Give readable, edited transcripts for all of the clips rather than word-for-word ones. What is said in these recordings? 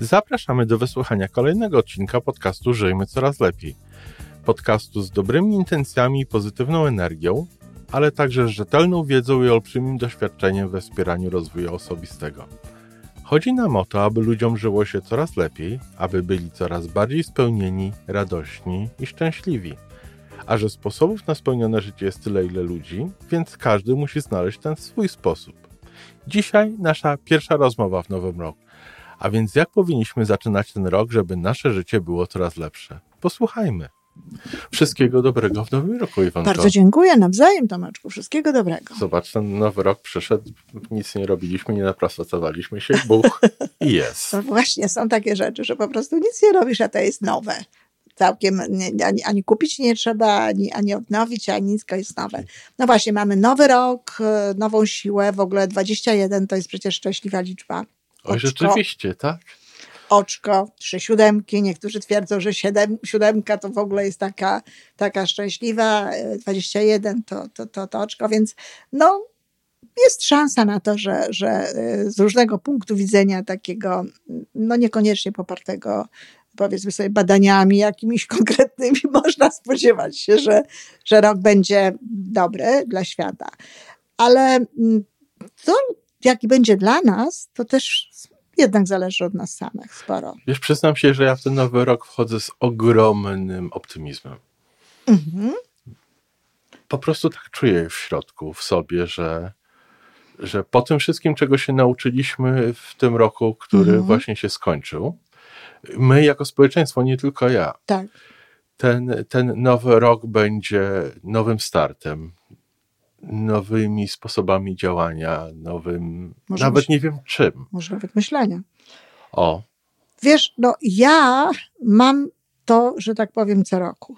Zapraszamy do wysłuchania kolejnego odcinka podcastu Żyjmy Coraz Lepiej. Podcastu z dobrymi intencjami i pozytywną energią, ale także z rzetelną wiedzą i olbrzymim doświadczeniem we wspieraniu rozwoju osobistego. Chodzi nam o to, aby ludziom żyło się coraz lepiej, aby byli coraz bardziej spełnieni, radośni i szczęśliwi. A że sposobów na spełnione życie jest tyle, ile ludzi, więc każdy musi znaleźć ten swój sposób. Dzisiaj nasza pierwsza rozmowa w nowym roku. A więc jak powinniśmy zaczynać ten rok, żeby nasze życie było coraz lepsze? Posłuchajmy. Wszystkiego dobrego w nowym roku, Iwonko. Bardzo dziękuję, nawzajem, Tomeczku. Wszystkiego dobrego. Zobacz, ten nowy rok przyszedł, nic nie robiliśmy, nie napracowaliśmy się, buch i jest. No właśnie, są takie rzeczy, że po prostu nic nie robisz, a to jest nowe. Całkiem ani kupić nie trzeba, ani odnowić, ani nic, to jest nowe. No właśnie, mamy nowy rok, nową siłę, w ogóle 21 to jest przecież szczęśliwa liczba. Oj, rzeczywiście, tak? Oczko, 3 siódemki, niektórzy twierdzą, że 7 to w ogóle jest taka szczęśliwa, 21 to oczko, więc no jest szansa na to, że z różnego punktu widzenia takiego, no niekoniecznie popartego, powiedzmy sobie, badaniami jakimiś konkretnymi, można spodziewać się, że rok będzie dobry dla świata. Ale to, jaki będzie dla nas, to też jednak zależy od nas samych sporo. Wiesz, przyznam się, że ja w ten nowy rok wchodzę z ogromnym optymizmem. Mhm. Po prostu tak czuję w środku, w sobie, że po tym wszystkim, czego się nauczyliśmy w tym roku, który właśnie się skończył, my jako społeczeństwo, nie tylko ja, tak. ten nowy rok będzie nowym startem, nowymi sposobami działania, nawet nie wiem czym. Może nawet myślenia. O. Wiesz, no ja mam to, że tak powiem, co roku.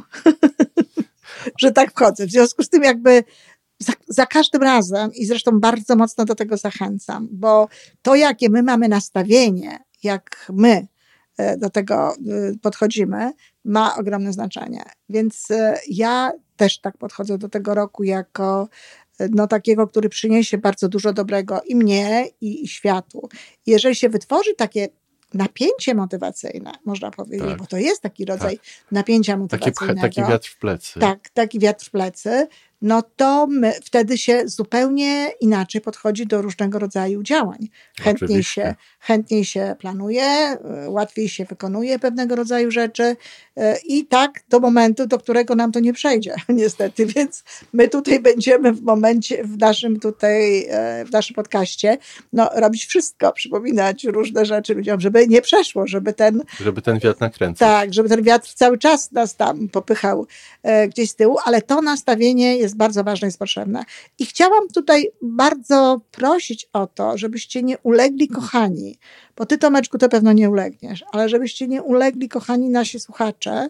Że tak wchodzę. W związku z tym jakby za każdym razem i zresztą bardzo mocno do tego zachęcam, bo to, jakie my mamy nastawienie, jak my do tego podchodzimy, ma ogromne znaczenie. Więc ja też tak podchodzę do tego roku jako takiego, który przyniesie bardzo dużo dobrego i mnie, i światu. Jeżeli się wytworzy takie napięcie motywacyjne, można powiedzieć, tak, bo to jest taki rodzaj napięcia motywacyjnego. Taki wiatr w plecy. Tak, taki wiatr w plecy, no to wtedy się zupełnie inaczej podchodzi do różnego rodzaju działań. Chętniej się planuje, łatwiej się wykonuje pewnego rodzaju rzeczy i tak do momentu, do którego nam to nie przejdzie, niestety. Więc my tutaj będziemy w naszym podcaście, robić wszystko, przypominać różne rzeczy ludziom, żeby nie przeszło, żeby ten wiatr nakręcać. Tak, żeby ten wiatr cały czas nas tam popychał gdzieś z tyłu, ale to nastawienie jest bardzo ważne, jest potrzebne. I chciałam tutaj bardzo prosić o to, żebyście nie ulegli, kochani, bo ty, Tomeczku, to pewno nie ulegniesz, ale żebyście nie ulegli, kochani nasi słuchacze,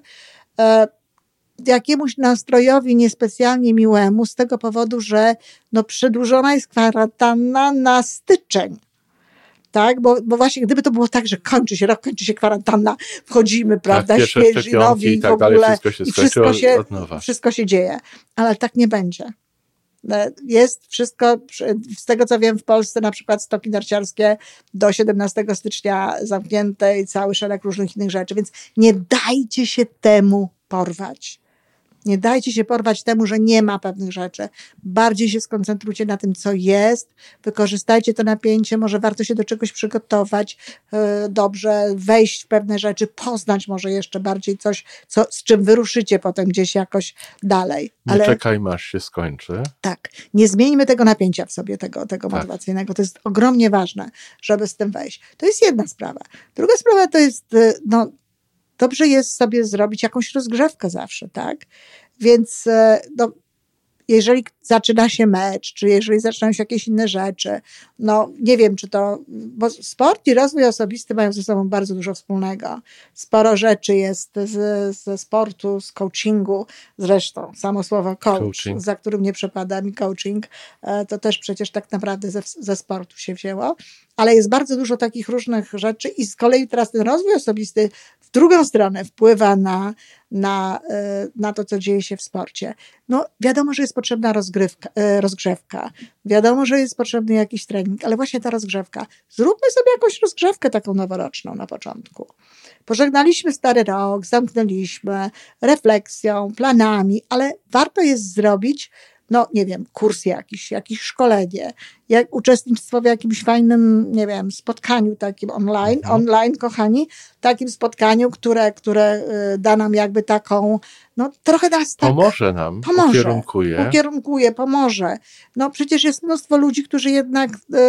jakiemuś nastrojowi niespecjalnie miłemu z tego powodu, że przedłużona jest kwarantanna na styczeń. Tak, bo właśnie gdyby to było tak, że kończy się kwarantanna, wchodzimy, prawda, tak, świeżi, nowi i tak w ogóle, dalej, wszystko się dzieje, ale tak nie będzie. Jest wszystko, z tego co wiem, w Polsce na przykład stoki narciarskie do 17 stycznia zamknięte i cały szereg różnych innych rzeczy, więc nie dajcie się temu porwać. Nie dajcie się porwać temu, że nie ma pewnych rzeczy. Bardziej się skoncentrujcie na tym, co jest. Wykorzystajcie to napięcie. Może warto się do czegoś przygotować dobrze, wejść w pewne rzeczy, poznać może jeszcze bardziej coś, z czym wyruszycie potem gdzieś jakoś dalej. Nie czekajmy, aż się skończy. Tak. Nie zmieńmy tego napięcia w sobie, tego motywacyjnego. To jest ogromnie ważne, żeby z tym wejść. To jest jedna sprawa. Druga sprawa to jest, dobrze jest sobie zrobić jakąś rozgrzewkę zawsze, tak? Więc jeżeli zaczyna się mecz, czy jeżeli zaczynają się jakieś inne rzeczy, nie wiem, czy to, bo sport i rozwój osobisty mają ze sobą bardzo dużo wspólnego. Sporo rzeczy jest ze sportu, z coachingu, zresztą samo słowo coaching, za którym nie przepada mi coaching, to też przecież tak naprawdę ze sportu się wzięło, ale jest bardzo dużo takich różnych rzeczy i z kolei teraz ten rozwój osobisty w drugą stronę wpływa na to, co dzieje się w sporcie. Wiadomo, że jest potrzebna rozgrzewka, rozgrzewka. Wiadomo, że jest potrzebny jakiś trening, ale właśnie ta rozgrzewka. Zróbmy sobie jakąś rozgrzewkę taką noworoczną na początku. Pożegnaliśmy stary rok, zamknęliśmy refleksją, planami, ale warto jest zrobić, no nie wiem, kurs jakiś, jakieś szkolenie, uczestnictwo w jakimś fajnym, nie wiem, spotkaniu takim online, kochani, takim spotkaniu, które da nam jakby taką, no trochę nas tak... Pomoże nam, ukierunkuje, pomoże. No przecież jest mnóstwo ludzi, którzy jednak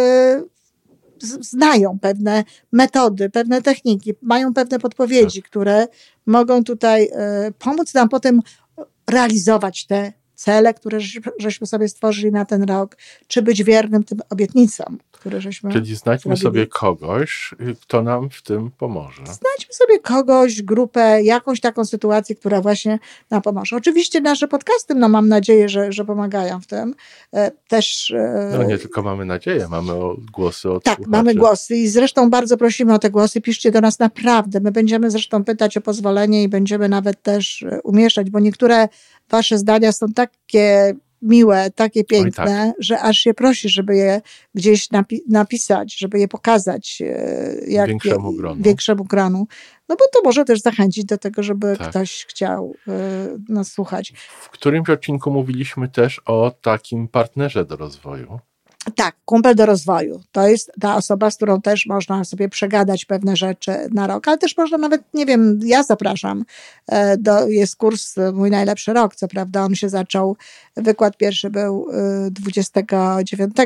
znają pewne metody, pewne techniki, mają pewne podpowiedzi, które mogą tutaj pomóc nam potem realizować te cele, które żeśmy sobie stworzyli na ten rok, czy być wiernym tym obietnicom, które żeśmy Czyli znajdźmy zrobili. sobie kogoś, kto nam w tym pomoże. Znajdźmy sobie kogoś, grupę, jakąś taką sytuację, która właśnie nam pomoże. Oczywiście nasze podcasty, no mam nadzieję, że pomagają w tym. Też... No nie tylko mamy nadzieję, mamy głosy od Tak, słuchaczy. mamy głosy i zresztą bardzo prosimy o te głosy. Piszcie do nas naprawdę. My będziemy zresztą pytać o pozwolenie i będziemy nawet też umieszczać, bo niektóre wasze zdania są takie miłe, takie piękne, że aż się prosi, żeby je gdzieś napisać, żeby je pokazać większemu gronu. No bo to może też zachęcić do tego, żeby ktoś chciał nas słuchać. W którymś odcinku mówiliśmy też o takim partnerze do rozwoju. Tak, kumpel do rozwoju. To jest ta osoba, z którą też można sobie przegadać pewne rzeczy na rok, ale też można nawet, nie wiem, ja zapraszam. Jest kurs Mój Najlepszy Rok, co prawda on się zaczął, wykład pierwszy był 29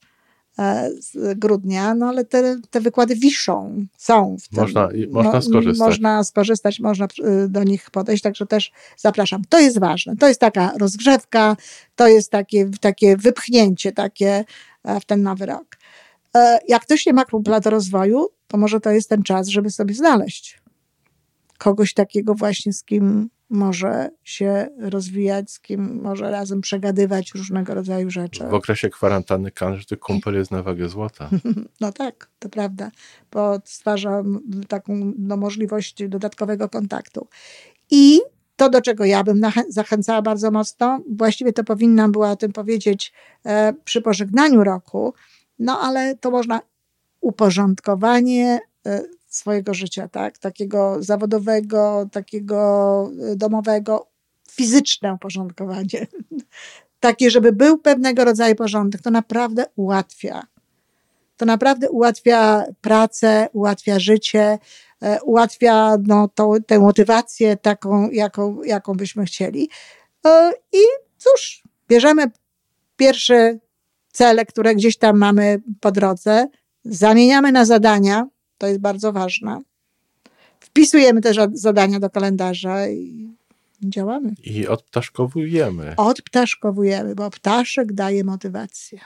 grudnia, no ale te wykłady wiszą, są w tym. Można skorzystać. Można skorzystać, można do nich podejść, także też zapraszam. To jest ważne, to jest taka rozgrzewka, to jest takie wypchnięcie takie w ten nowy rok. Jak ktoś nie ma kumpla do rozwoju, to może to jest ten czas, żeby sobie znaleźć kogoś takiego właśnie, z kim może się rozwijać, z kim może razem przegadywać różnego rodzaju rzeczy. W okresie kwarantanny każdy kumpel jest na wagę złota. No tak, to prawda, bo stwarza taką możliwość dodatkowego kontaktu. I to, do czego ja bym zachęcała bardzo mocno, właściwie to powinnam była o tym powiedzieć przy pożegnaniu roku, no ale to można uporządkowanie swojego życia, tak? Takiego zawodowego, takiego domowego, fizyczne uporządkowanie. Takie, żeby był pewnego rodzaju porządek, to naprawdę ułatwia. To naprawdę ułatwia pracę, ułatwia życie, ułatwia tę motywację taką, jaką byśmy chcieli. I cóż, bierzemy pierwsze cele, które gdzieś tam mamy po drodze, zamieniamy na zadania, to jest bardzo ważne. Wpisujemy te zadania do kalendarza i działamy. I odptaszkowujemy. Odptaszkowujemy, bo ptaszek daje motywację.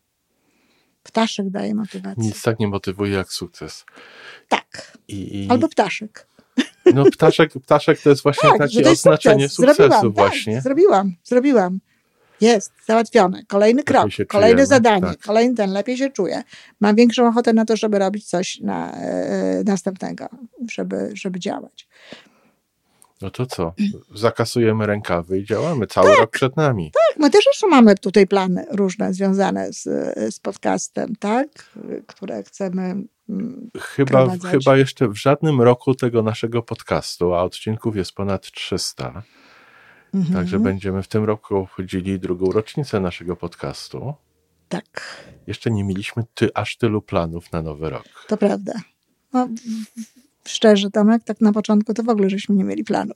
Ptaszek daje motywację. Nic tak nie motywuje jak sukces. Tak. Albo ptaszek. No ptaszek to jest właśnie takie to jest oznaczenie sukcesu właśnie. Tak, zrobiłam. Jest, załatwione. Kolejny krok, kolejne zadanie, kolejny ten, lepiej się czuję. Mam większą ochotę na to, żeby robić coś następnego, żeby działać. No to co? Zakasujemy rękawy i działamy. Cały rok przed nami. Tak, my też jeszcze mamy tutaj plany różne związane z podcastem, tak? Które chcemy Chyba jeszcze w żadnym roku tego naszego podcastu, a odcinków jest ponad 300. Także będziemy w tym roku obchodzili drugą rocznicę naszego podcastu. Tak. Jeszcze nie mieliśmy aż tylu planów na nowy rok. To prawda. No, szczerze, Tomek, tak na początku to w ogóle żeśmy nie mieli planów.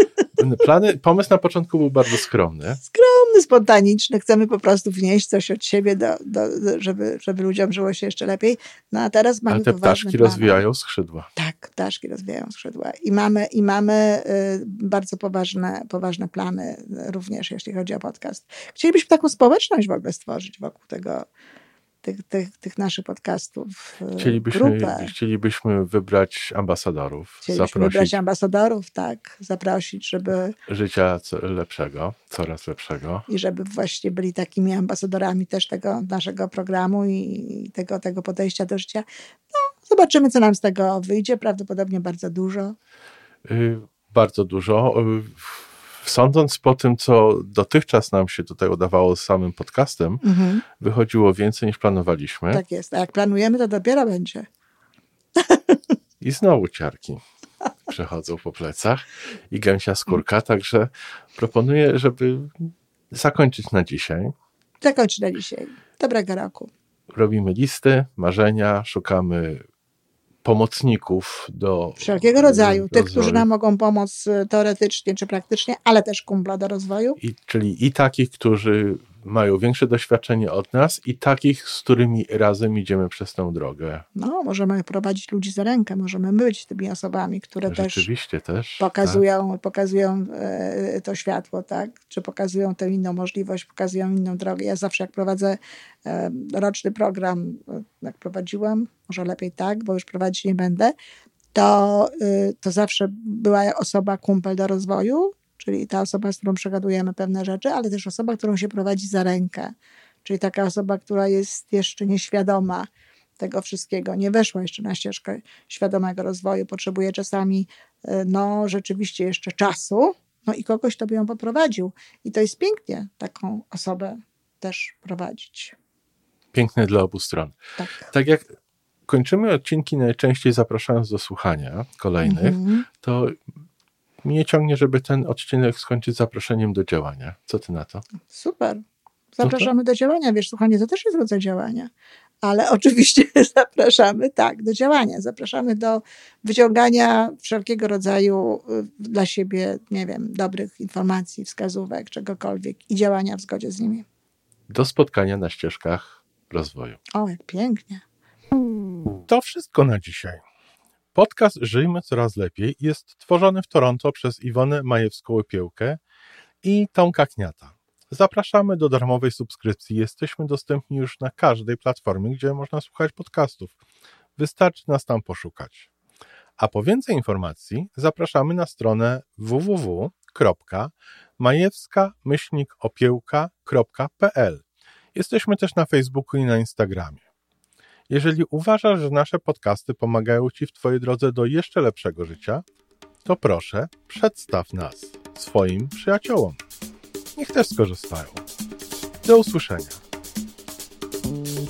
Pomysł na początku był bardzo skromny. Skromny, spontaniczny. Chcemy po prostu wnieść coś od siebie, żeby ludziom żyło się jeszcze lepiej. No a teraz mamy te ptaszki rozwijają skrzydła. Tak, ptaszki rozwijają skrzydła. I mamy bardzo poważne plany również, jeśli chodzi o podcast. Chcielibyśmy taką społeczność w ogóle stworzyć wokół tych naszych podcastów. Chcielibyśmy wybrać ambasadorów. Zaprosić, żeby... Życia lepszego, coraz lepszego. I żeby właśnie byli takimi ambasadorami też tego naszego programu i tego podejścia do życia. No, zobaczymy, co nam z tego wyjdzie. Prawdopodobnie bardzo dużo. Bardzo dużo. Sądząc po tym, co dotychczas nam się tutaj udawało z samym podcastem, wychodziło więcej niż planowaliśmy. Tak jest. A jak planujemy, to dopiero będzie. I znowu ciarki przechodzą po plecach i gęsia skórka, także proponuję, żeby zakończyć na dzisiaj. Zakończ na dzisiaj. Dobrego roku. Robimy listy, marzenia, szukamy pomocników do wszelkiego rodzaju. Tych, rozwoju. którzy nam mogą pomóc teoretycznie czy praktycznie, ale też kumpla do rozwoju. Czyli i takich, którzy mają większe doświadczenie od nas, i takich, z którymi razem idziemy przez tę drogę. No, możemy prowadzić ludzi za rękę, możemy być tymi osobami, które Rzeczywiście też pokazują to światło, tak? Czy pokazują tę inną możliwość, pokazują inną drogę. Ja zawsze jak prowadzę roczny program, jak prowadziłam, może lepiej tak, bo już prowadzić nie będę, to zawsze była osoba kumpel do rozwoju, czyli ta osoba, z którą przegadujemy pewne rzeczy, ale też osoba, którą się prowadzi za rękę. Czyli taka osoba, która jest jeszcze nieświadoma tego wszystkiego, nie weszła jeszcze na ścieżkę świadomego rozwoju, potrzebuje czasami rzeczywiście jeszcze czasu, i kogoś, kto by ją poprowadził. I to jest pięknie taką osobę też prowadzić. Piękne dla obu stron. Tak jak kończymy odcinki najczęściej zapraszając do słuchania kolejnych, to mnie ciągnie, żeby ten odcinek skończyć zaproszeniem do działania. Co ty na to? Super. Zapraszamy do działania. Wiesz, słuchanie to też jest rodzaj działania. Ale oczywiście zapraszamy, do działania. Zapraszamy do wyciągania wszelkiego rodzaju dla siebie, dobrych informacji, wskazówek, czegokolwiek i działania w zgodzie z nimi. Do spotkania na ścieżkach rozwoju. O, jak pięknie. To wszystko na dzisiaj. Podcast Żyjmy Coraz Lepiej jest tworzony w Toronto przez Iwonę Majewską-Opiełkę i Tomka Kniata. Zapraszamy do darmowej subskrypcji. Jesteśmy dostępni już na każdej platformie, gdzie można słuchać podcastów. Wystarczy nas tam poszukać. A po więcej informacji zapraszamy na stronę www.majewska-opiełka.pl. Jesteśmy też na Facebooku i na Instagramie. Jeżeli uważasz, że nasze podcasty pomagają Ci w Twojej drodze do jeszcze lepszego życia, to proszę, przedstaw nas swoim przyjaciołom. Niech też skorzystają. Do usłyszenia.